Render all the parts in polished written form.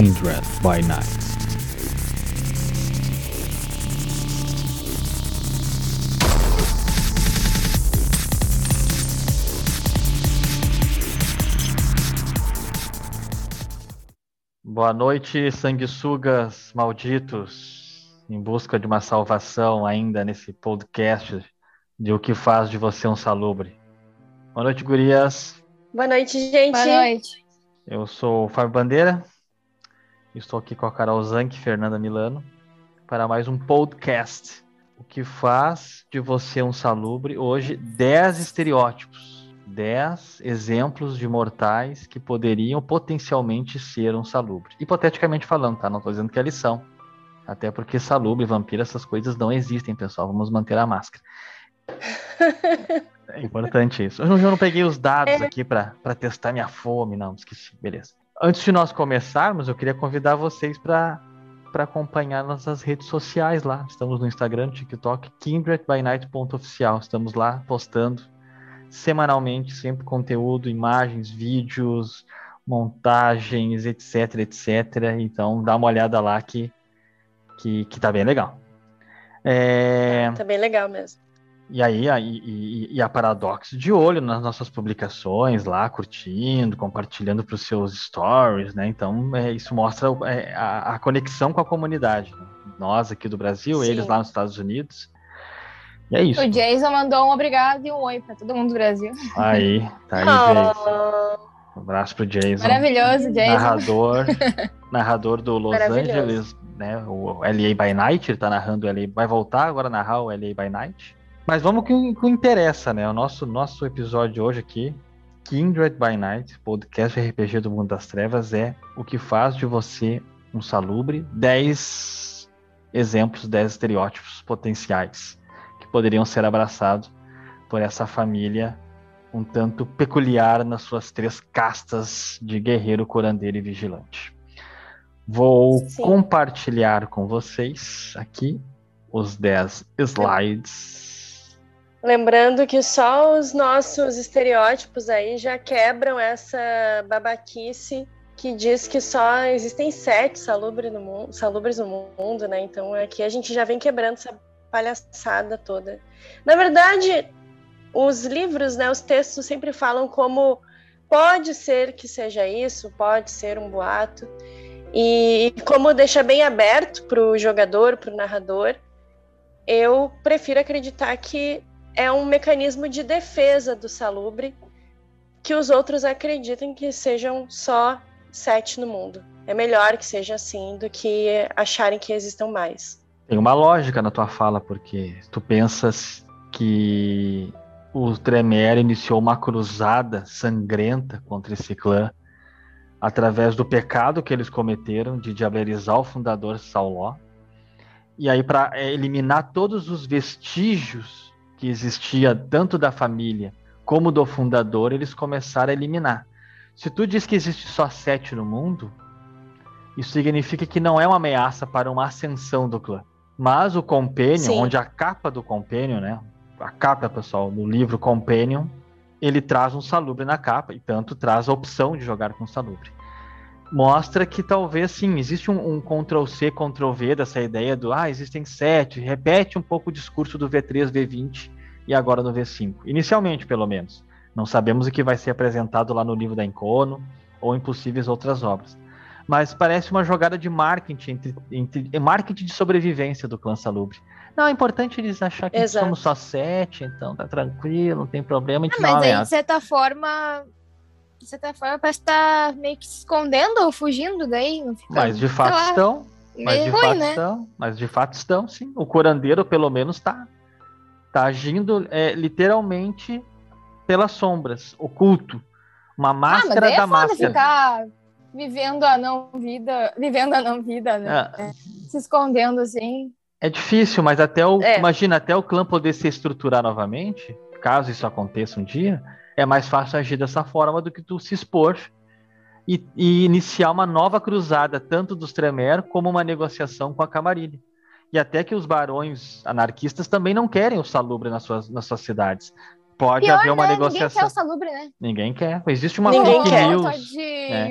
Kindred by Night. Boa noite, sanguessugas malditos, em busca de uma salvação ainda nesse podcast de O que faz de você um salubre. Boa noite, gurias. Boa noite, gente. Boa noite. Eu sou o Fábio Bandeira, estou aqui com a Carol Zanck e Fernanda Milano para mais um podcast. O que faz de você um salubre? Hoje, 10 estereótipos, 10 exemplos de mortais que poderiam potencialmente ser um salubre. Hipoteticamente falando, tá? Não estou dizendo que é lição. Até porque salubre, vampiro, essas coisas não existem, pessoal. Vamos manter a máscara. É importante isso. Hoje eu não peguei os dados aqui para testar minha fome, não, esqueci. Beleza. Antes de nós começarmos, eu queria convidar vocês para acompanhar nossas redes sociais lá. Estamos no Instagram, TikTok, kindredbynight.oficial. Estamos lá postando semanalmente, sempre conteúdo, imagens, vídeos, montagens, etc, etc. Então dá uma olhada lá que tá bem legal. Tá bem legal mesmo. E aí, a Paradox de olho nas nossas publicações lá, curtindo, compartilhando para os seus stories, né? Então, isso mostra a conexão com a comunidade, né? Nós aqui do Brasil, Sim. Eles lá nos Estados Unidos. E é isso. O Jason mandou um obrigado e um oi para todo mundo do Brasil. Aí, tá aí, Jason. Um abraço pro Jason. Maravilhoso, Jason. Narrador do Los Angeles, né? O LA by Night, ele tá narrando o LA, vai voltar agora a narrar o LA by Night. Mas vamos com o que interessa, né? O nosso episódio de hoje aqui, Kindred by Night, podcast RPG do Mundo das Trevas, é o que faz de você um salubre. 10 exemplos, 10 estereótipos potenciais que poderiam ser abraçados por essa família um tanto peculiar nas suas 3 castas de guerreiro, curandeiro e vigilante. Vou compartilhar com vocês aqui os 10 slides. Lembrando que só os nossos estereótipos aí já quebram essa babaquice que diz que só existem 7 salubres no mundo, né? Então aqui a gente já vem quebrando essa palhaçada toda. Na verdade, os livros, né, os textos sempre falam como pode ser que seja isso, pode ser um boato, e como deixa bem aberto para o jogador, para o narrador, eu prefiro acreditar que é um mecanismo de defesa do salubre que os outros acreditem que sejam só 7 no mundo. É melhor que seja assim do que acharem que existam mais. Tem uma lógica na tua fala, porque tu pensas que o Tremere iniciou uma cruzada sangrenta contra esse clã através do pecado que eles cometeram de diablerizar o fundador Sauló. E aí, para eliminar todos os vestígios que existia tanto da família como do fundador, eles começaram a eliminar. Se tu diz que existe só 7 no mundo, isso significa que não é uma ameaça para uma ascensão do clã. Mas o Companion, onde a capa do Companion, né? A capa, pessoal, do livro Companion, ele traz um salubre na capa, e tanto traz a opção de jogar com salubre. Mostra que talvez, sim, existe um Ctrl-C, Ctrl-V dessa ideia do, existem 7, repete um pouco o discurso do V3, V20 e agora no V5. Inicialmente, pelo menos. Não sabemos o que vai ser apresentado lá no livro da Encono ou em possíveis outras obras. Mas parece uma jogada de marketing, marketing de sobrevivência do clã salubre. Não, é importante eles achar que somos só 7, então tá tranquilo, não tem problema. Mas aí, de certa forma, parece que tá meio que se escondendo ou fugindo daí. Não fica, mas de fato estão. Mas de fato estão, sim. O curandeiro, pelo menos, tá agindo literalmente pelas sombras, oculto. Uma máscara da máscara. Ficar vivendo a não vida, né? Se escondendo assim. É difícil, mas imagina, até o clã poder se estruturar novamente, caso isso aconteça um dia, é mais fácil agir dessa forma do que tu se expor e iniciar uma nova cruzada, tanto dos Tremere como uma negociação com a Camarilla. E até que os barões anarquistas também não querem o salubre nas suas cidades. Pode haver uma negociação. Ninguém quer o salubre, né? Ninguém quer. Existe uma fake news.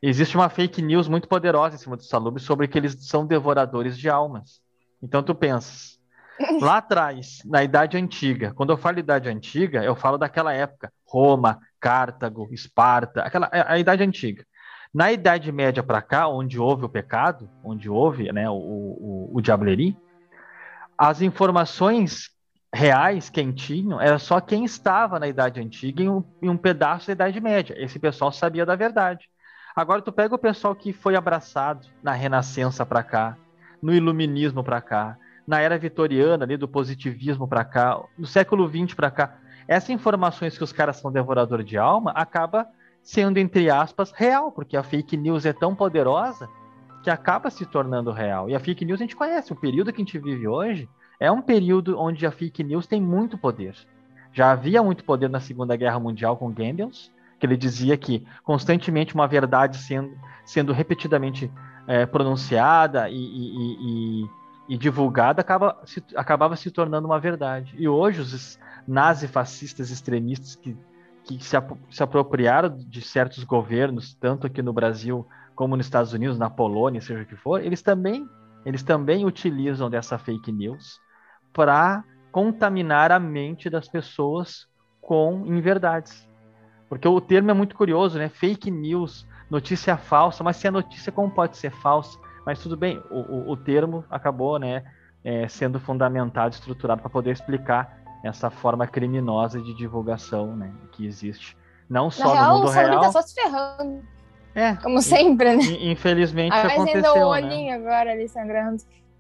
Existe uma fake news muito poderosa em cima dos salubres sobre que eles são devoradores de almas. Então tu pensas, lá atrás, na Idade Antiga, quando eu falo Idade Antiga, eu falo daquela época, Roma, Cartago, Esparta, a Idade Antiga. Na Idade Média para cá, onde houve o pecado, onde houve, né, o diablerie, as informações reais, quem tinham, era só quem estava na Idade Antiga em um pedaço da Idade Média. Esse pessoal sabia da verdade. Agora tu pega o pessoal que foi abraçado na Renascença para cá, no Iluminismo para cá, na Era Vitoriana, ali do positivismo para cá, no século XX para cá. Essas informações que os caras são devorador de alma acaba sendo, entre aspas, real, porque a fake news é tão poderosa que acaba se tornando real. E a fake news a gente conhece, o período que a gente vive hoje é um período onde a fake news tem muito poder. Já havia muito poder na Segunda Guerra Mundial com Goebbels, que ele dizia que constantemente uma verdade sendo repetidamente pronunciada e divulgada acabava se tornando uma verdade. E hoje os nazifascistas extremistas que se apropriaram de certos governos, tanto aqui no Brasil como nos Estados Unidos, na Polônia, seja o que for, eles também utilizam dessa fake news para contaminar a mente das pessoas com inverdades. Porque o termo é muito curioso, né? Fake news, notícia falsa, mas se a notícia como pode ser falsa? Mas tudo bem, o termo acabou, né, sendo fundamentado, estruturado para poder explicar essa forma criminosa de divulgação, né, que existe. Não só no mundo real. Tá só se ferrando. Como sempre, né? Infelizmente isso aconteceu, ainda o olhinho, né? Agora ali sangrando.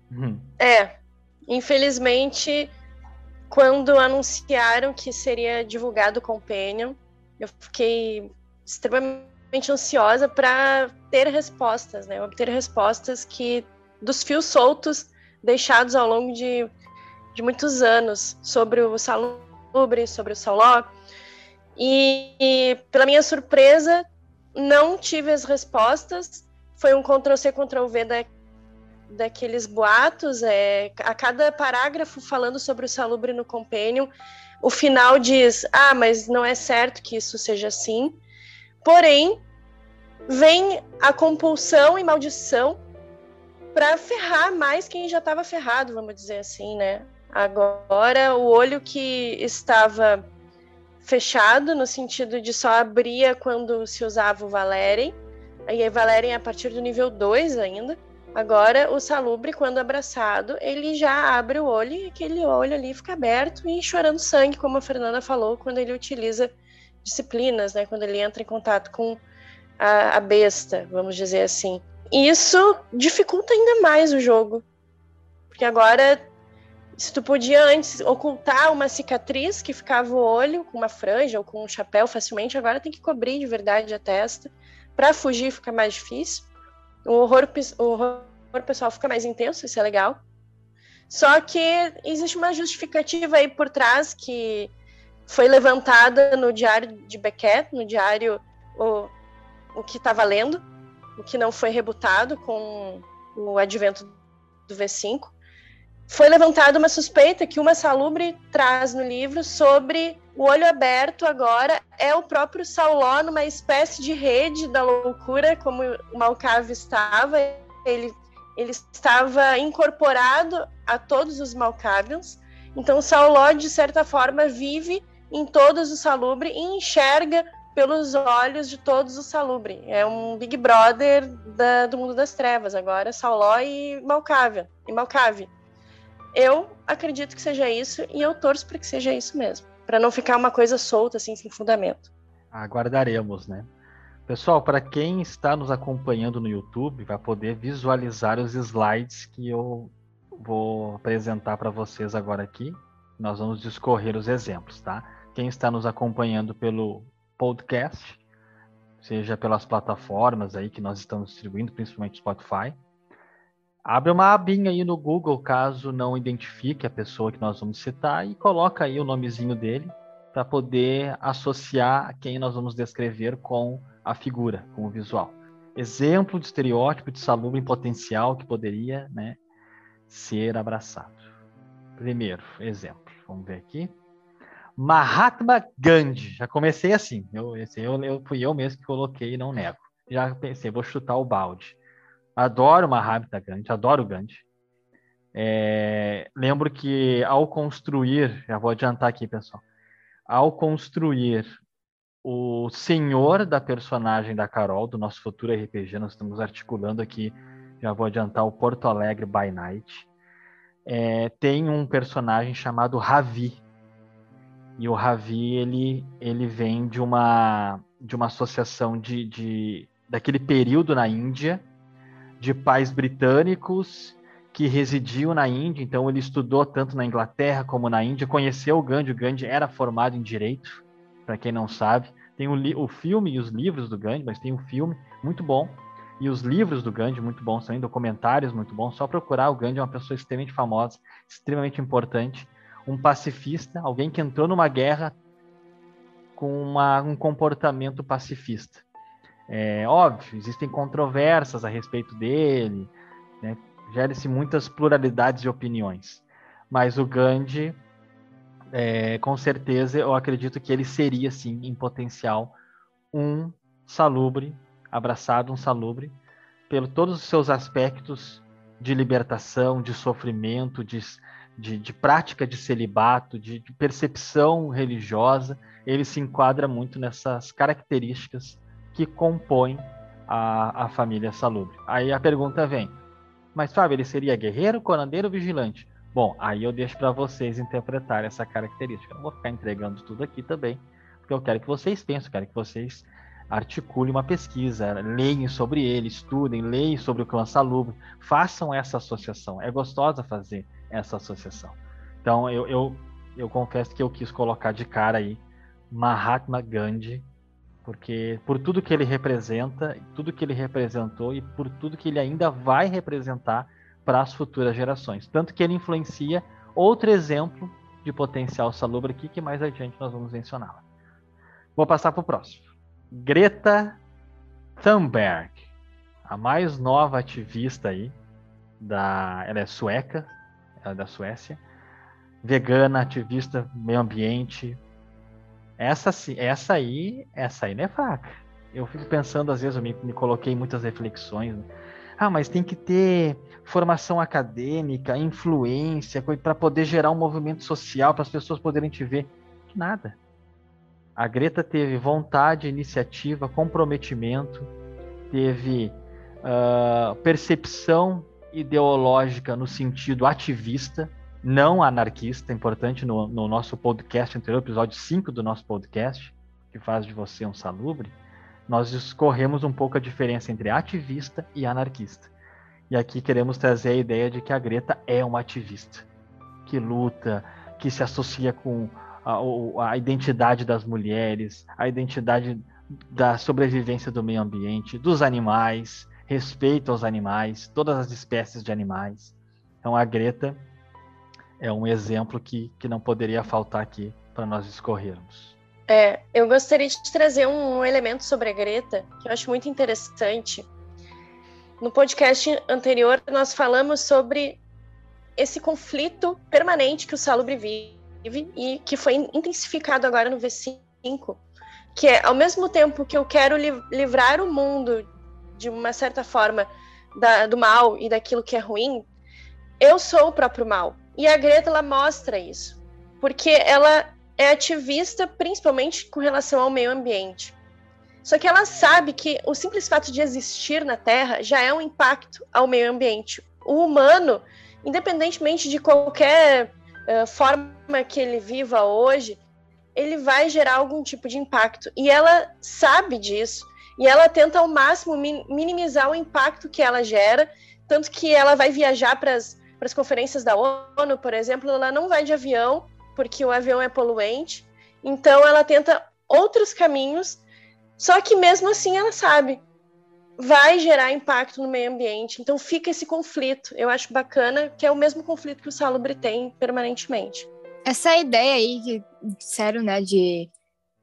Infelizmente, quando anunciaram que seria divulgado o Companion, eu fiquei extremamente ansiosa para ter respostas, né? Obter respostas dos fios soltos deixados ao longo de muitos anos sobre o Salubre, sobre o Sauló. E pela minha surpresa, não tive as respostas. Foi um Ctrl-C, Ctrl-V daqueles boatos. A cada parágrafo falando sobre o Salubre no Companion, o final diz, mas não é certo que isso seja assim. Porém, vem a compulsão e maldição para ferrar mais quem já estava ferrado, vamos dizer assim, né? Agora, o olho que estava fechado, no sentido de só abria quando se usava o Valeren, aí a Valeren é a partir do nível 2 ainda. Agora, o Salubre, quando abraçado, ele já abre o olho e aquele olho ali fica aberto e chorando sangue, como a Fernanda falou, quando ele utiliza disciplinas, né? Quando ele entra em contato com a besta, vamos dizer assim. E isso dificulta ainda mais o jogo. Porque agora, se tu podia antes ocultar uma cicatriz que ficava o olho com uma franja ou com um chapéu facilmente, agora tem que cobrir de verdade a testa. Para fugir fica mais difícil. O horror pessoal fica mais intenso, isso é legal. Só que existe uma justificativa aí por trás que foi levantada no diário de Beckett, no diário o que está valendo, o que não foi rebutado com o advento do V5. Foi levantada uma suspeita que uma Salubre traz no livro sobre o olho aberto agora é o próprio Sauló numa espécie de rede da loucura, como o Malkav estava. Ele estava incorporado a todos os Malkavians. Então, Sauló, de certa forma, vive em todos os Salubre e enxerga pelos olhos de todos os Salubre. É um Big Brother do mundo das trevas agora, Sauló e Malkav. Eu acredito que seja isso e eu torço para que seja isso mesmo, para não ficar uma coisa solta, assim, sem fundamento. Aguardaremos, né? Pessoal, para quem está nos acompanhando no YouTube, vai poder visualizar os slides que eu vou apresentar para vocês agora aqui. Nós vamos discorrer os exemplos, tá? Quem está nos acompanhando pelo podcast, seja pelas plataformas aí que nós estamos distribuindo, principalmente Spotify, abre uma abinha aí no Google, caso não identifique a pessoa que nós vamos citar, e coloca aí o nomezinho dele para poder associar quem nós vamos descrever com a figura, com o visual. Exemplo de estereótipo de Salubre em potencial que poderia, né, ser abraçado. Primeiro exemplo, vamos ver aqui. Mahatma Gandhi. Já comecei assim. Fui eu mesmo que coloquei e não nego. já pensei, vou chutar o balde. Adoro Mahatma Gandhi, adoro o Gandhi. Lembro que ao construir, já vou adiantar aqui, pessoal, ao construir o senhor da personagem da Carol, do nosso futuro RPG, nós estamos articulando aqui, já vou adiantar, o Porto Alegre by Night, tem um personagem chamado Ravi. E o Ravi, ele vem de uma associação daquele período na Índia, de pais britânicos que residiam na Índia, então ele estudou tanto na Inglaterra como na Índia, conheceu o Gandhi era formado em Direito, para quem não sabe. Tem o filme e os livros do Gandhi, mas tem um filme muito bom, e os livros do Gandhi muito bons também, documentários muito bons, só procurar. O Gandhi é uma pessoa extremamente famosa, extremamente importante, um pacifista, alguém que entrou numa guerra com um comportamento pacifista. Óbvio, existem controvérsias a respeito dele, né? Gera-se muitas pluralidades de opiniões, mas o Gandhi, com certeza, eu acredito que ele seria, sim, em potencial, um salubre, pelo todos os seus aspectos de libertação, de sofrimento, de prática de celibato, de percepção religiosa. Ele se enquadra muito nessas características que compõem a família Salubre. Aí a pergunta vem, mas Fábio, ele seria guerreiro, curandeiro ou vigilante? Bom, aí eu deixo para vocês interpretarem essa característica. Eu não vou ficar entregando tudo aqui também, porque eu quero que vocês pensem, eu quero que vocês articulem uma pesquisa, leiam sobre ele, estudem, leiam sobre o clã Salubre, façam essa associação. É gostosa fazer essa associação. Então, eu confesso que eu quis colocar de cara aí Mahatma Gandhi, porque por tudo que ele representa, tudo que ele representou e por tudo que ele ainda vai representar para as futuras gerações. Tanto que ele influencia outro exemplo de potencial salubre aqui, que mais adiante nós vamos mencioná-la. Vou passar para o próximo. Greta Thunberg, a mais nova ativista aí, ela é sueca, ela é da Suécia, vegana, ativista, meio ambiente. Essa aí não é fraca. Eu fico pensando, às vezes, eu me coloquei em muitas reflexões, né? Mas tem que ter formação acadêmica, influência, para poder gerar um movimento social, para as pessoas poderem te ver. Nada. A Greta teve vontade, iniciativa, comprometimento, teve percepção ideológica no sentido ativista, não anarquista. Importante no nosso podcast anterior, episódio 5 do nosso podcast, que faz de você um salubre, nós discorremos um pouco a diferença entre ativista e anarquista. E aqui queremos trazer a ideia de que a Greta é uma ativista, que luta, que se associa com a identidade das mulheres, a identidade da sobrevivência do meio ambiente, dos animais, respeito aos animais, todas as espécies de animais. Então a Greta é um exemplo que não poderia faltar aqui para nós discorrermos. Eu gostaria de trazer um elemento sobre a Greta, que eu acho muito interessante. No podcast anterior, nós falamos sobre esse conflito permanente que o Salubre vive e que foi intensificado agora no V5, que é, ao mesmo tempo que eu quero livrar o mundo, de uma certa forma, do mal e daquilo que é ruim, eu sou o próprio mal. E a Greta, ela mostra isso, porque ela é ativista principalmente com relação ao meio ambiente. Só que ela sabe que o simples fato de existir na Terra já é um impacto ao meio ambiente. O humano, independentemente de qualquer forma que ele viva hoje, ele vai gerar algum tipo de impacto. E ela sabe disso. E ela tenta ao máximo minimizar o impacto que ela gera. Tanto que ela vai viajar para as conferências da ONU, por exemplo, ela não vai de avião, porque o avião é poluente. Então ela tenta outros caminhos. Só que mesmo assim ela sabe, vai gerar impacto no meio ambiente. Então fica esse conflito. Eu acho bacana, que é o mesmo conflito que o Salubre tem permanentemente. Essa ideia aí que disseram, né, de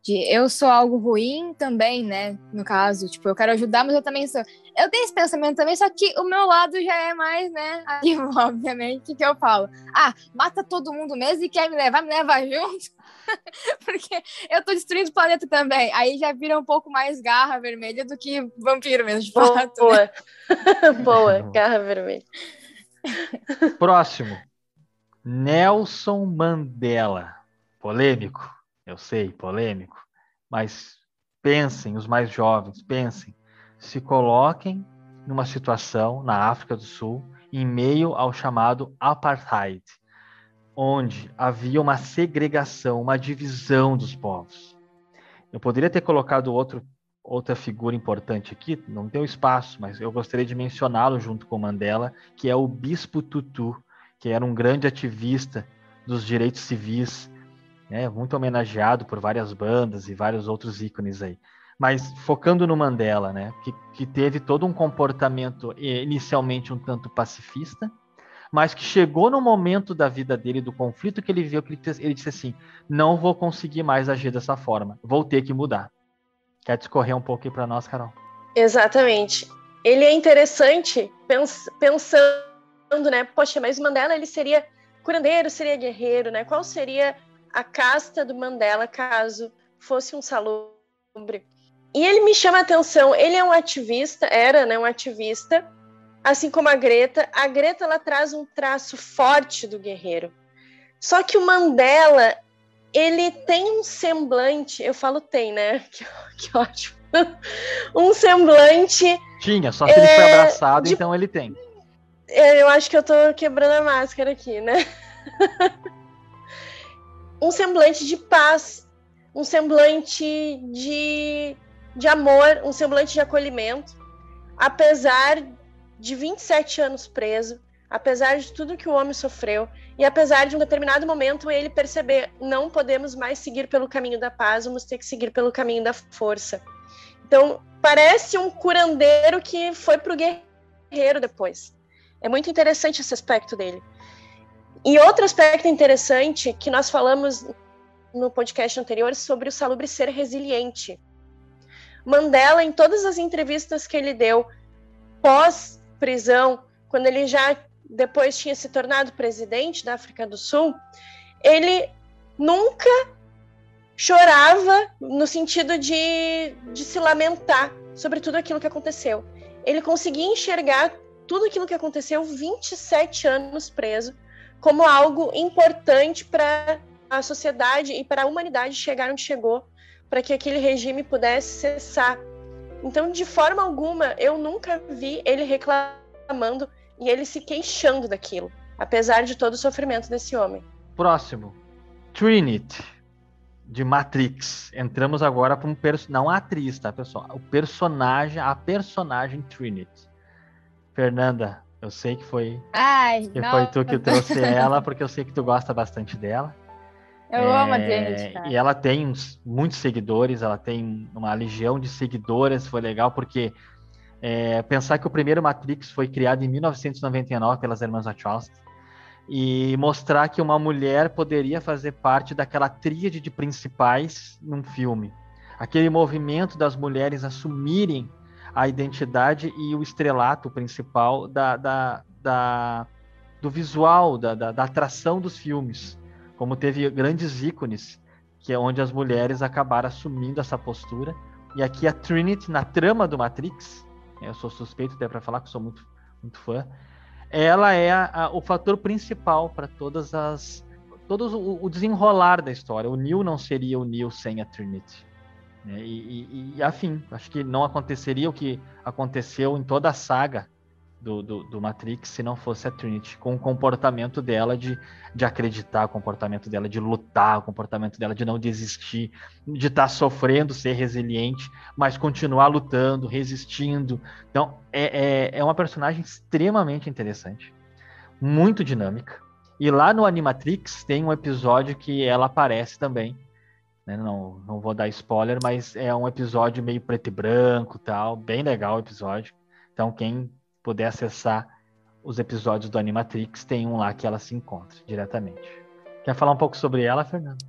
De eu sou algo ruim também, né? No caso, tipo, eu quero ajudar, mas eu também sou. Eu tenho esse pensamento também, só que o meu lado já é mais, né? Ativo, obviamente, que eu falo. Ah, mata todo mundo mesmo e quer me levar junto. Porque eu tô destruindo o planeta também. Aí já vira um pouco mais garra vermelha do que vampiro mesmo, de fato. Boa. Né? Boa, garra vermelha. Próximo. Nelson Mandela. Polêmico, eu sei, polêmico. Mas pensem, os mais jovens, pensem. Se coloquem numa situação na África do Sul, em meio ao chamado apartheid, onde havia uma segregação, uma divisão dos povos. Eu poderia ter colocado outra figura importante aqui, não tem espaço, mas eu gostaria de mencioná-lo junto com Mandela, que é o Bispo Tutu, que era um grande ativista dos direitos civis, né, muito homenageado por várias bandas e vários outros ícones aí. Mas focando no Mandela, né, que teve todo um comportamento inicialmente um tanto pacifista, mas que chegou no momento da vida dele, do conflito que ele viu, que ele disse assim, não vou conseguir mais agir dessa forma, vou ter que mudar. Quer discorrer um pouco aí para nós, Carol? Exatamente. Ele é interessante pensando, né? Poxa, mas o Mandela, ele seria curandeiro, seria guerreiro, né? Qual seria a casta do Mandela caso fosse um salubre? E ele me chama a atenção, ele é um ativista, era, né, um ativista, assim como a Greta. A Greta, ela traz um traço forte do guerreiro. Só que o Mandela, ele tem um semblante, eu falo tem, né? Que ótimo. Um semblante... Tinha, só se ele foi abraçado, então ele tem. Eu acho que eu tô quebrando a máscara aqui, né? Um semblante de paz, um semblante de amor, um semblante de acolhimento. Apesar de 27 anos preso, apesar de tudo que o homem sofreu, e apesar de um determinado momento ele perceber, não podemos mais seguir pelo caminho da paz, vamos ter que seguir pelo caminho da força. Então, parece um curandeiro que foi pro guerreiro depois. É muito interessante esse aspecto dele. E outro aspecto interessante que nós falamos no podcast anterior sobre o salubre ser resiliente. Mandela, em todas as entrevistas que ele deu pós-prisão, quando ele já depois tinha se tornado presidente da África do Sul, ele nunca chorava no sentido de se lamentar sobre tudo aquilo que aconteceu. Ele conseguia enxergar tudo aquilo que aconteceu 27 anos preso como algo importante para a sociedade e para a humanidade chegar onde chegou, para que aquele regime pudesse cessar. Então, de forma alguma, eu nunca vi ele reclamando e ele se queixando daquilo, apesar de todo o sofrimento desse homem. Próximo. Trinity, de Matrix. Entramos agora para não a atriz, tá, pessoal? A personagem Trinity. Fernanda, eu sei que foi tu que trouxe ela, porque eu sei que tu gosta bastante dela. Eu amo a Trinity, cara. E ela tem muitos seguidores, ela tem uma legião de seguidoras, foi legal, porque pensar que o primeiro Matrix foi criado em 1999 pelas irmãs Wachowski, e mostrar que uma mulher poderia fazer parte daquela tríade de principais num filme. Aquele movimento das mulheres assumirem a identidade e o estrelato principal do visual, da atração dos filmes. Como teve grandes ícones, que é onde as mulheres acabaram assumindo essa postura. E aqui a Trinity, na trama do Matrix, eu sou suspeito até para falar, que sou muito, muito fã, ela é o fator principal para todo o desenrolar da história. O Neo não seria o Neo sem a Trinity. E afim, acho que não aconteceria o que aconteceu em toda a saga do Matrix se não fosse a Trinity, com o comportamento dela de acreditar, o comportamento dela de lutar, o comportamento dela de não desistir, de estar sofrendo, ser resiliente, mas continuar lutando, resistindo. Então, é uma personagem extremamente interessante, muito dinâmica. E lá no Animatrix tem um episódio que ela aparece também, né? Não vou dar spoiler, mas é um episódio meio preto e branco, tal, bem legal o episódio. Então, quem puder acessar os episódios do Animatrix, tem um lá que ela se encontra diretamente. Quer falar um pouco sobre ela, Fernanda?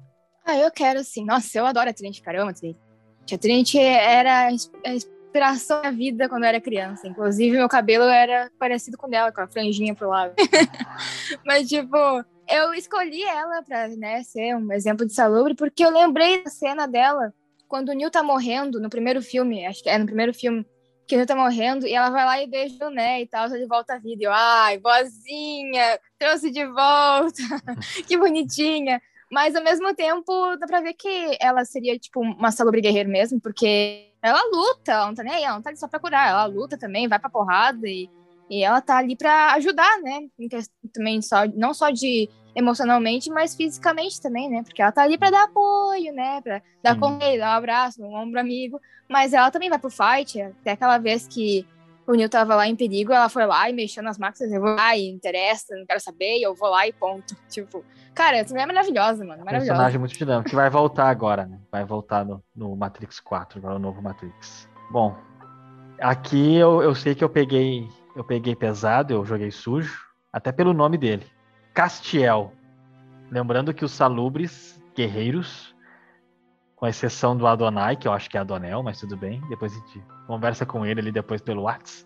Eu quero sim. Nossa, eu adoro a Trinity, cara. Eu amo a Trinity. A Trinity era a inspiração da vida quando eu era criança. Inclusive, meu cabelo era parecido com o dela, com a franjinha pro lado. Mas, tipo, eu escolhi ela pra, né, ser um exemplo de salubre, porque eu lembrei da cena dela quando o Neil tá morrendo no primeiro filme. Acho que é no primeiro filme que o Neil tá morrendo e ela vai lá e beija o Né e tal, de volta à vida. E eu, ai, vozinha, trouxe de volta. Que bonitinha. Mas, ao mesmo tempo, dá pra ver que ela seria, tipo, uma salubre guerreira mesmo, porque ela luta, ela não tá nem aí, ela não tá ali só pra curar, ela luta também, vai pra porrada e ela tá ali pra ajudar, né? Também não só de emocionalmente, mas fisicamente também, né? Porque ela tá ali pra dar apoio, né? Pra dar conselho, dar um abraço, um ombro amigo, mas ela também vai pro fight, até aquela vez que o Neil tava lá em perigo, ela foi lá e mexeu nas máquinas, eu vou lá e interessa, não quero saber, e eu vou lá e ponto. Tipo, cara, essa mulher é maravilhosa, mano, maravilhosa. Personagem muito dinâmico, que vai voltar agora, né? Vai voltar no Matrix 4, agora o novo Matrix. Bom, aqui eu sei que eu peguei pesado, eu joguei sujo, até pelo nome dele. Castiel. Lembrando que os salubres, guerreiros, com exceção do Adonai, que eu acho que é Adonel, mas tudo bem, depois a gente conversa com ele ali depois pelo WhatsApp.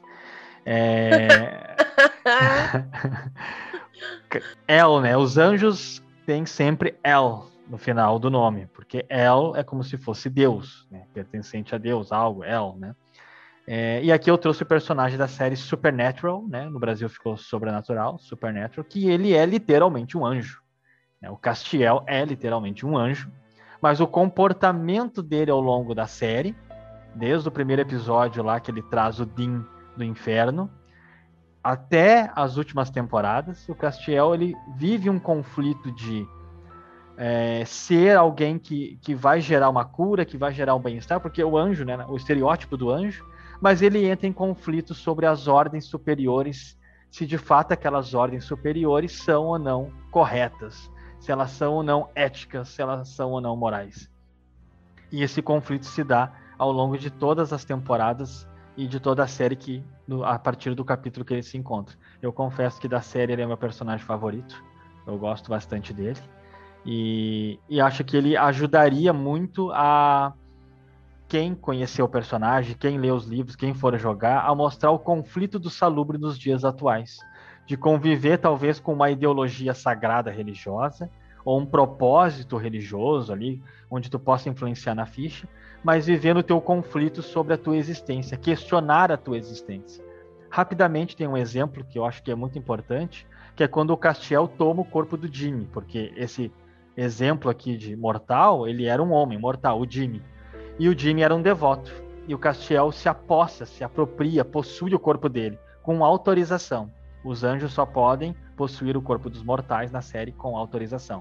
El, né? Os anjos têm sempre El no final do nome, porque El é como se fosse Deus, né? Pertencente a Deus, algo, El, né? E aqui eu trouxe o personagem da série Supernatural, né? No Brasil ficou Sobrenatural, Supernatural, que ele é literalmente um anjo, né? O Castiel é literalmente um anjo, mas o comportamento dele ao longo da série, desde o primeiro episódio lá que ele traz o Dean do inferno, até as últimas temporadas, o Castiel ele vive um conflito de ser alguém que vai gerar uma cura, que vai gerar um bem-estar, porque o anjo, né, o estereótipo do anjo, mas ele entra em conflito sobre as ordens superiores, se de fato aquelas ordens superiores são ou não corretas, se elas são ou não éticas, se elas são ou não morais. E esse conflito se dá ao longo de todas as temporadas e de toda a série a partir do capítulo que ele se encontra. Eu confesso que da série ele é meu personagem favorito, eu gosto bastante dele. E acho que ele ajudaria muito a quem conhecer o personagem, quem lê os livros, quem for jogar, a mostrar o conflito do salubre nos dias atuais. De conviver talvez com uma ideologia sagrada religiosa, ou um propósito religioso ali, onde tu possa influenciar na ficha, mas viver no teu conflito sobre a tua existência, questionar a tua existência. Rapidamente tem um exemplo que eu acho que é muito importante, que é quando o Castiel toma o corpo do Jimmy, porque esse exemplo aqui de mortal, ele era um homem mortal, o Jimmy. E o Jimmy era um devoto. E o Castiel se apossa, se apropria, possui o corpo dele, com autorização. Os anjos só podem possuir o corpo dos mortais na série com autorização,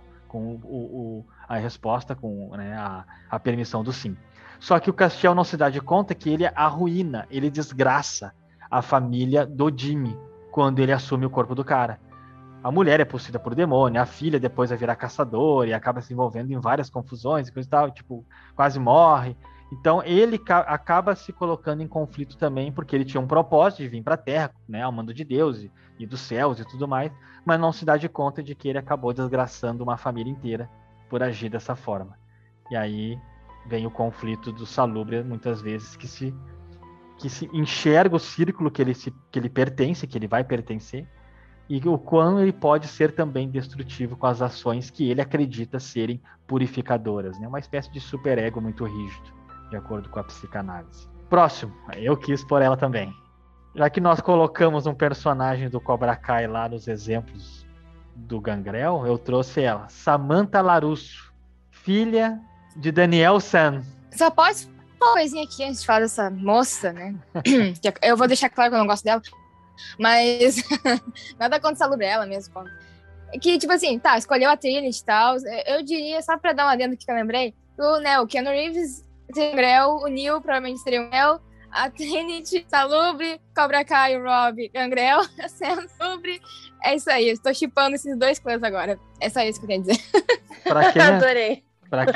com a resposta, com, né, a permissão do sim. Só que o Castiel não se dá de conta que ele arruína, ele desgraça a família do Jimmy quando ele assume o corpo do cara. A mulher é possuída por demônio, a filha depois vai virar caçadora e acaba se envolvendo em várias confusões e coisa e tal, tipo, quase morre. Então ele acaba se colocando em conflito também, porque ele tinha um propósito de vir para a Terra, né, ao mando de Deus e dos céus e tudo mais, mas não se dá de conta de que ele acabou desgraçando uma família inteira por agir dessa forma. E aí vem o conflito do salubre, muitas vezes, que se enxerga o círculo que ele pertence, que ele vai pertencer, e o quão ele pode ser também destrutivo com as ações que ele acredita serem purificadoras, né? Uma espécie de superego muito rígido, de acordo com a psicanálise. Próximo, eu quis por ela também. Já que nós colocamos um personagem do Cobra Kai lá nos exemplos do Gangrel, eu trouxe ela, Samantha Larusso, filha de Daniel San. Só pode uma coisinha aqui antes de falar dessa moça, né? Eu vou deixar claro que eu não gosto dela. Mas nada contra salubre ela mesmo. Que, tipo assim, tá, escolheu a Trinity e tal. Eu diria, só pra dar um adendo que eu lembrei, o Keanu Reeves seria o Gangrel, o Neil provavelmente seria o Mel, a Trinity, Salubre, Cobra Kai, o Rob, Gangrel, Salubre. É isso aí, eu estou shippando esses dois clãs agora. É só isso que eu queria dizer. Adorei. Pra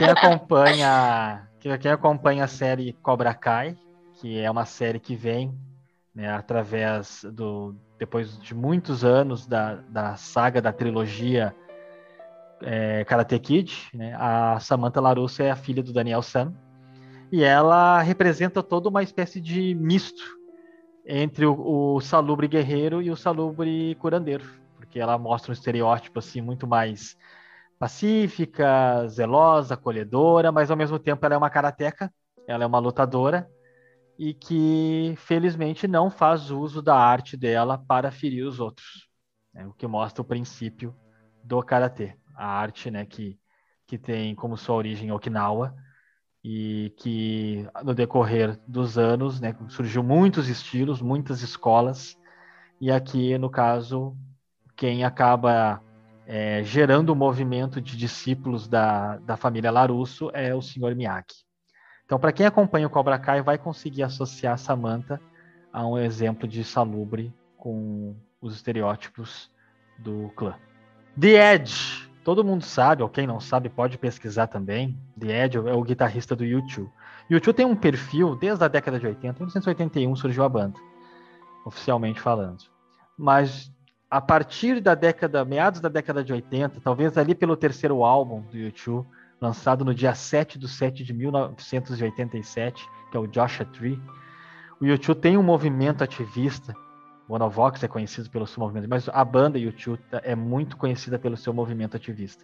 quem acompanha a série Cobra Kai, que é uma série que vem, né, através depois de muitos anos da saga da trilogia Karate Kid, né? A Samantha LaRusso é a filha do Daniel San, e ela representa toda uma espécie de misto entre o salubre guerreiro e o salubre curandeiro, porque ela mostra um estereótipo assim muito mais pacífica, zelosa, acolhedora, mas ao mesmo tempo ela é uma karateca, ela é uma lutadora e que felizmente não faz uso da arte dela para ferir os outros, né? O que mostra o princípio do karatê, a arte, né, que tem como sua origem Okinawa e que no decorrer dos anos, né, surgiu muitos estilos, muitas escolas, e aqui, no caso, quem acaba gerando o movimento de discípulos da família LaRusso é o Sr. Miyagi. Então, para quem acompanha o Cobra Kai, vai conseguir associar Samantha a um exemplo de salubre com os estereótipos do clã. The Edge. Todo mundo sabe, ou quem não sabe pode pesquisar também. The Edge é o guitarrista do U2. U2 tem um perfil desde a década de 80, 1981 surgiu a banda, oficialmente falando. Mas a partir da meados da década de 80, talvez ali pelo terceiro álbum do U2, lançado no dia 7/7 de 1987, que é o Joshua Tree, o U2 tem um movimento ativista. O Bonovox é conhecido pelo seu movimento, mas a banda U2 é muito conhecida pelo seu movimento ativista,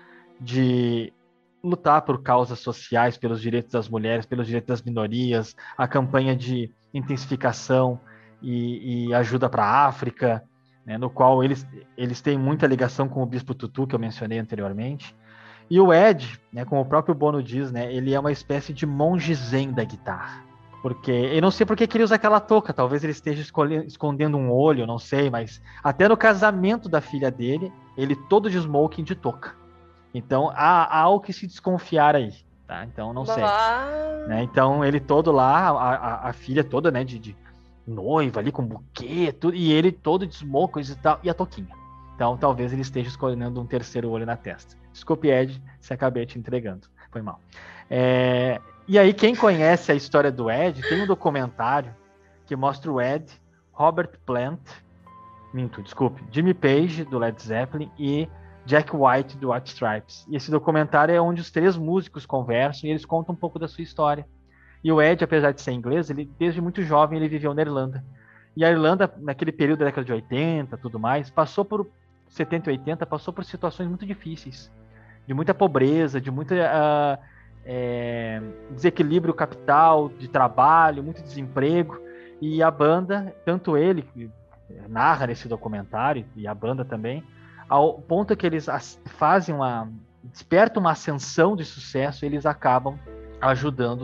de lutar por causas sociais, pelos direitos das mulheres, pelos direitos das minorias, a campanha de intensificação e ajuda para a África, né, no qual eles têm muita ligação com o Bispo Tutu, que eu mencionei anteriormente. E o Ed, né, como o próprio Bono diz, né, ele é uma espécie de monge zen da guitarra. Porque eu não sei por que ele usa aquela touca, talvez ele esteja escondendo um olho, não sei, mas até no casamento da filha dele, ele todo de smoking de touca. Então há algo que se desconfiar aí, tá? Então não sei. Né? Então ele todo lá, a filha toda, né, de noiva ali com buquê, tudo, e ele todo de smoking e tal, e a touquinha. Então talvez ele esteja escolhendo um terceiro olho na testa. Desculpe, Ed, se acabei te entregando. Foi mal. E aí, quem conhece a história do Ed, tem um documentário que mostra o Ed, Robert Plant, Jimmy Page, do Led Zeppelin, e Jack White, do White Stripes. E esse documentário é onde os três músicos conversam e eles contam um pouco da sua história. E o Ed, apesar de ser inglês, ele desde muito jovem ele viveu na Irlanda. E a Irlanda, naquele período da década de 80, tudo mais, passou por 70 e 80, passou por situações muito difíceis, de muita pobreza, de muita desequilíbrio capital, de trabalho, muito desemprego, e a banda, tanto ele que narra nesse documentário, e a banda também, ao ponto que eles despertam uma ascensão de sucesso, eles acabam ajudando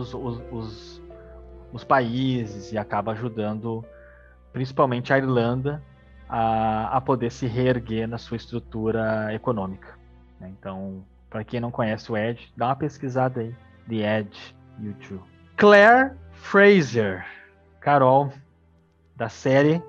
os países e acabam ajudando principalmente a Irlanda a poder se reerguer na sua estrutura econômica. Então, para quem não conhece o Ed, dá uma pesquisada aí. The Ed, U2. Claire Fraser. Carol, da série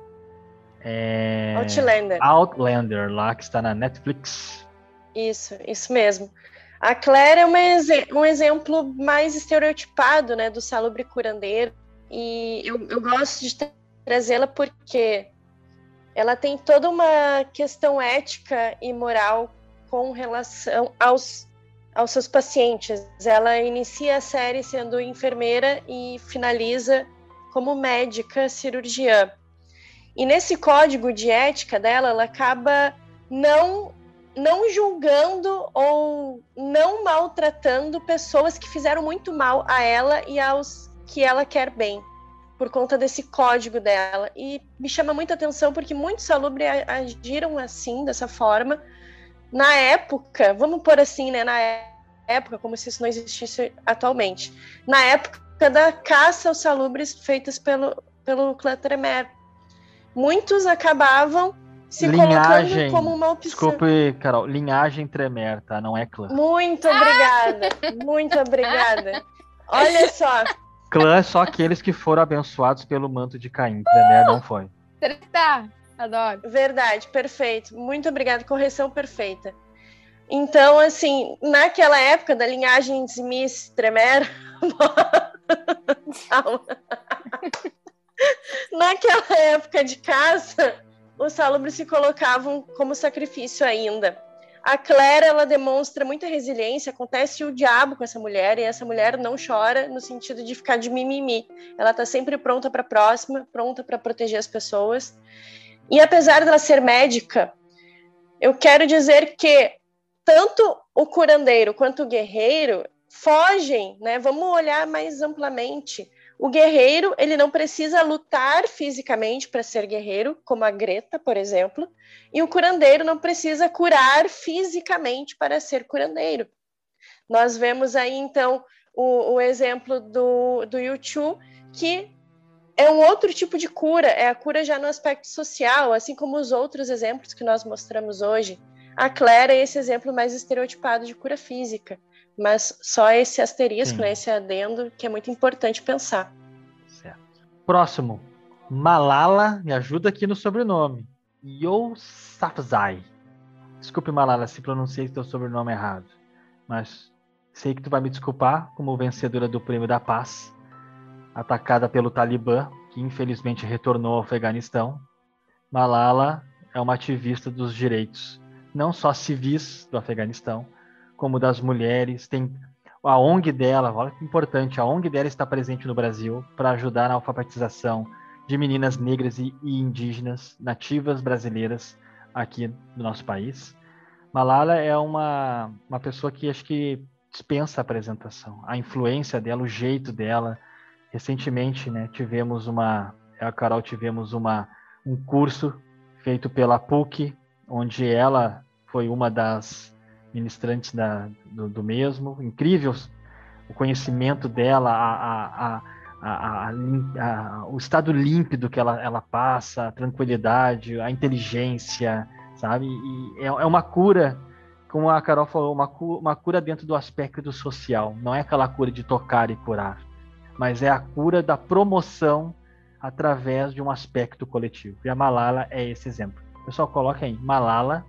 Outlander, lá que está na Netflix. Isso mesmo. A Claire é um exemplo mais estereotipado, né, do salubre curandeiro. E eu gosto de trazê-la porque ela tem toda uma questão ética e moral com relação aos seus pacientes. Ela inicia a série sendo enfermeira e finaliza como médica cirurgiã. E nesse código de ética dela, ela acaba não julgando ou não maltratando pessoas que fizeram muito mal a ela e aos que ela quer bem, por conta desse código dela. E me chama muita atenção porque muitos salubres agiram assim, dessa forma. Na época, vamos pôr assim, né? Na época, como se isso não existisse atualmente. Na época da caça aos salubres feitas pelo clã Tremere. Muitos acabavam se colocando como uma opção. Desculpe, Carol, linhagem Tremere, tá? Não é clã. Muito obrigada, muito obrigada. Olha só. Clã é só aqueles que foram abençoados pelo manto de Caim. Tremere não foi. Tá. Adoro. Verdade, perfeito. Muito obrigada, correção perfeita. Então, assim, naquela época da linhagem de Smith Tremere, naquela época de caça, os salubres se colocavam como sacrifício ainda. A Claire, ela demonstra muita resiliência, acontece o diabo com essa mulher, e essa mulher não chora no sentido de ficar de mimimi. Ela tá sempre pronta para a próxima, pronta para proteger as pessoas. E apesar dela ser médica, eu quero dizer que tanto o curandeiro quanto o guerreiro fogem, né? Vamos olhar mais amplamente. O guerreiro, ele não precisa lutar fisicamente para ser guerreiro, como a Greta, por exemplo, e o curandeiro não precisa curar fisicamente para ser curandeiro. Nós vemos aí, então, o exemplo do YouTube, que é um outro tipo de cura, é a cura já no aspecto social, assim como os outros exemplos que nós mostramos hoje. A Claire é esse exemplo mais estereotipado de cura física, mas só esse asterisco, né, esse adendo, que é muito importante pensar. Certo. Próximo, Malala, me ajuda aqui no sobrenome, Yousafzai. Desculpe, Malala, se pronunciei teu sobrenome errado, mas sei que tu vai me desculpar como vencedora do Prêmio da Paz, atacada pelo Talibã, que infelizmente retornou ao Afeganistão. Malala é uma ativista dos direitos, não só civis do Afeganistão, como das mulheres. Tem a ONG dela, olha que importante, a ONG dela está presente no Brasil para ajudar na alfabetização de meninas negras e indígenas, nativas brasileiras aqui no nosso país. Malala é uma pessoa que acho que dispensa a apresentação, a influência dela, o jeito dela. Recentemente, né, tivemos um curso feito pela PUC, onde ela foi uma das ministrantes do mesmo. Incrível o conhecimento dela, o estado límpido que ela passa, a tranquilidade, a inteligência, sabe? E é uma cura, como a Carol falou, uma cura dentro do aspecto social. Não é aquela cura de tocar e curar, mas é a cura da promoção através de um aspecto coletivo. E a Malala é esse exemplo. O pessoal coloca aí, Malala,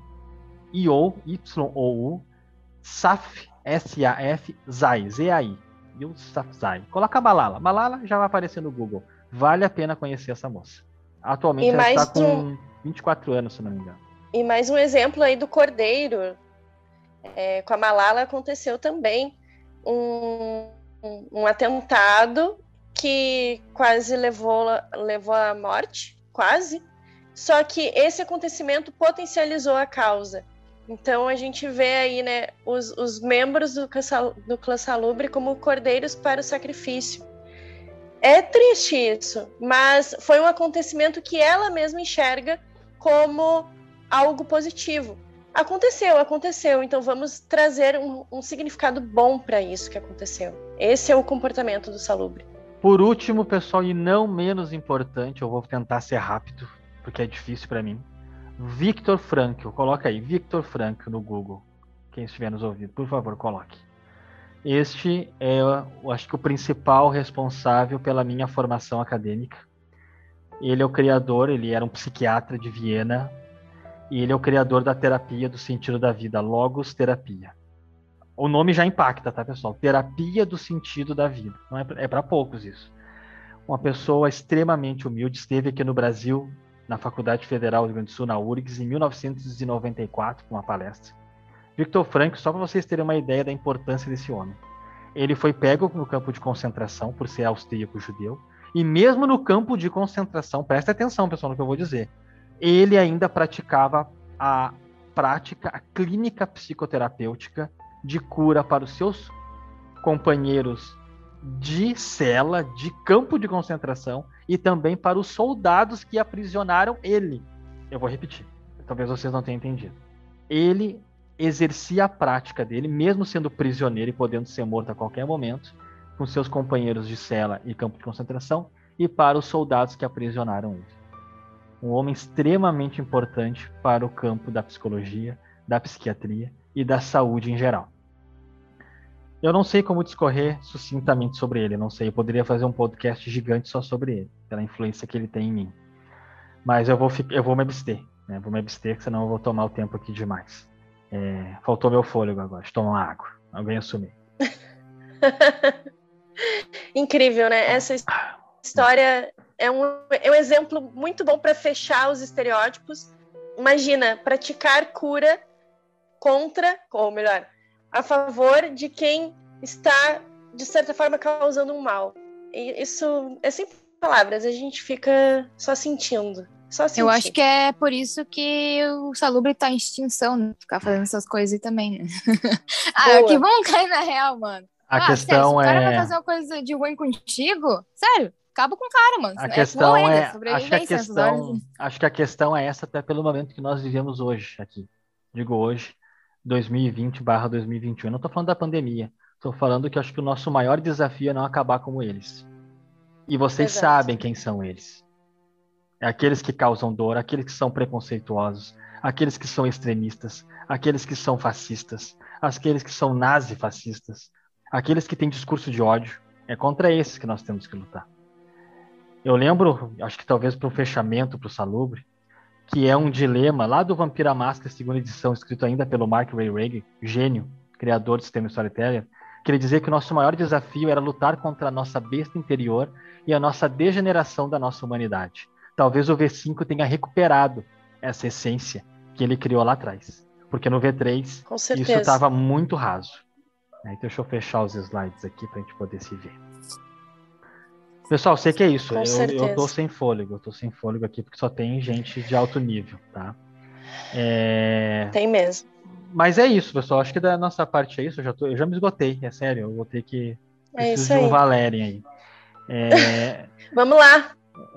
Y-O-U, Saf, S-A-F, Zai, Z-A-I. Yousafzai. Coloca Malala. Malala já vai aparecer no Google. Vale a pena conhecer essa moça. Atualmente ela está com 24 anos, se não me engano. E mais um exemplo aí do Cordeiro. Com a Malala aconteceu também um atentado que quase levou à morte, quase. Só que esse acontecimento potencializou a causa. Então a gente vê aí, né, os membros do clã Salubre como cordeiros para o sacrifício. É triste isso, mas foi um acontecimento que ela mesma enxerga como algo positivo. Aconteceu, então vamos trazer um significado bom para isso que aconteceu. Esse é o comportamento do Salubre. Por último, pessoal, e não menos importante, eu vou tentar ser rápido, porque é difícil para mim. Viktor Frankl, coloca aí, Viktor Frankl no Google. Quem estiver nos ouvindo, por favor, coloque. Este é, eu acho que o principal responsável pela minha formação acadêmica. Ele é o criador, ele era um psiquiatra de Viena, e ele é o criador da terapia do sentido da vida, Logos Terapia. O nome já impacta, tá, pessoal? Terapia do sentido da vida. Não é para poucos isso. Uma pessoa extremamente humilde, esteve aqui no Brasil, na Faculdade Federal do Rio Grande do Sul, na URGS, em 1994, com uma palestra. Viktor Frankl, só para vocês terem uma ideia da importância desse homem. Ele foi pego no campo de concentração por ser austríaco judeu, e mesmo no campo de concentração, presta atenção, pessoal, no que eu vou dizer, ele ainda praticava a clínica psicoterapêutica de cura para os seus companheiros de cela, de campo de concentração, e também para os soldados que aprisionaram ele. Eu vou repetir, talvez vocês não tenham entendido. Ele exercia a prática dele, mesmo sendo prisioneiro e podendo ser morto a qualquer momento, com seus companheiros de cela e campo de concentração, e para os soldados que aprisionaram ele. Um homem extremamente importante para o campo da psicologia, da psiquiatria e da saúde em geral. Eu não sei como discorrer sucintamente sobre ele, não sei, eu poderia fazer um podcast gigante só sobre ele, pela influência que ele tem em mim. Mas eu vou me abster, né? Vou me abster, senão eu vou tomar o tempo aqui demais. Faltou meu fôlego agora, deixa eu tomar uma água. Alguém assumir. Incrível, né? Essa história é um exemplo muito bom para fechar os estereótipos. Imagina, praticar cura contra, ou melhor, a favor de quem está, de certa forma, causando um mal. E isso é sem palavras, a gente fica só sentindo. Só sentindo. Eu acho que é por isso que o Salubre tá em extinção, né? Ficar fazendo essas coisas aí também, né? Que vão cair na real, mano. A questão sério, se o cara é... vai fazer uma coisa de ruim contigo, sério, acaba com o cara, mano. A questão Acho que a questão é essa até pelo momento que nós vivemos hoje aqui. Digo hoje, 2020/2021. Eu não tô falando da pandemia. Tô falando que acho que o nosso maior desafio é não acabar como eles. E vocês sabem quem são eles. É aqueles que causam dor, aqueles que são preconceituosos, aqueles que são extremistas, aqueles que são fascistas, aqueles que são nazi-fascistas, aqueles que têm discurso de ódio. É contra esses que nós temos que lutar. Eu lembro, acho que talvez para um fechamento para o Salubre, que é um dilema lá do Vampira Máscara, segunda edição, escrito ainda pelo Mark Ray Regan, gênio, criador do sistema Storyteller, que ele dizia que o nosso maior desafio era lutar contra a nossa besta interior e a nossa degeneração da nossa humanidade. Talvez o V5 tenha recuperado essa essência que ele criou lá atrás. Porque no V3 isso estava muito raso. Então, deixa eu fechar os slides aqui para a gente poder se ver. Pessoal, sei que é isso. Eu tô sem fôlego. Eu tô sem fôlego aqui porque só tem gente de alto nível, tá? Tem mesmo. Mas é isso, pessoal. Acho que da nossa parte é isso. Eu já me esgotei, é sério. Eu vou ter que... Preciso de um Valerian aí. Vamos lá.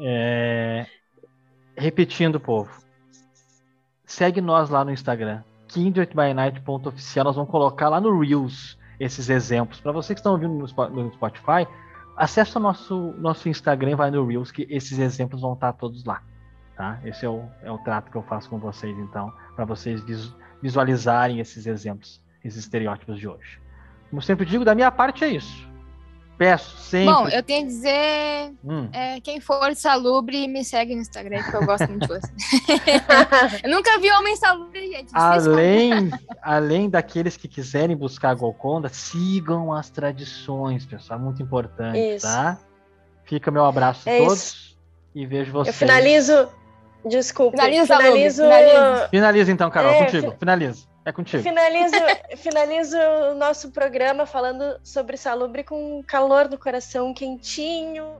Repetindo, povo. Segue nós lá no Instagram. kindredbynight.oficial. Nós vamos colocar lá no Reels esses exemplos. Para vocês que estão ouvindo no Spotify, acessa o nosso Instagram e vai no Reels, que esses exemplos vão estar todos lá. Tá? Esse é o trato que eu faço com vocês, então, para vocês visualizarem esses exemplos, esses estereótipos de hoje. Como sempre digo, da minha parte é isso. Peço sempre. Bom, eu tenho a dizer, quem for salubre, me segue no Instagram, porque eu gosto muito de você. Eu nunca vi homem salubre, gente. Além daqueles que quiserem buscar a Golconda, sigam as tradições, pessoal. É muito importante, tá? Fica meu abraço a todos e vejo vocês. Eu finalizo. Desculpa. Finaliza então, Carol, contigo. Finaliza. É contigo. Finalizo o nosso programa falando sobre Salubre com calor no coração, quentinho.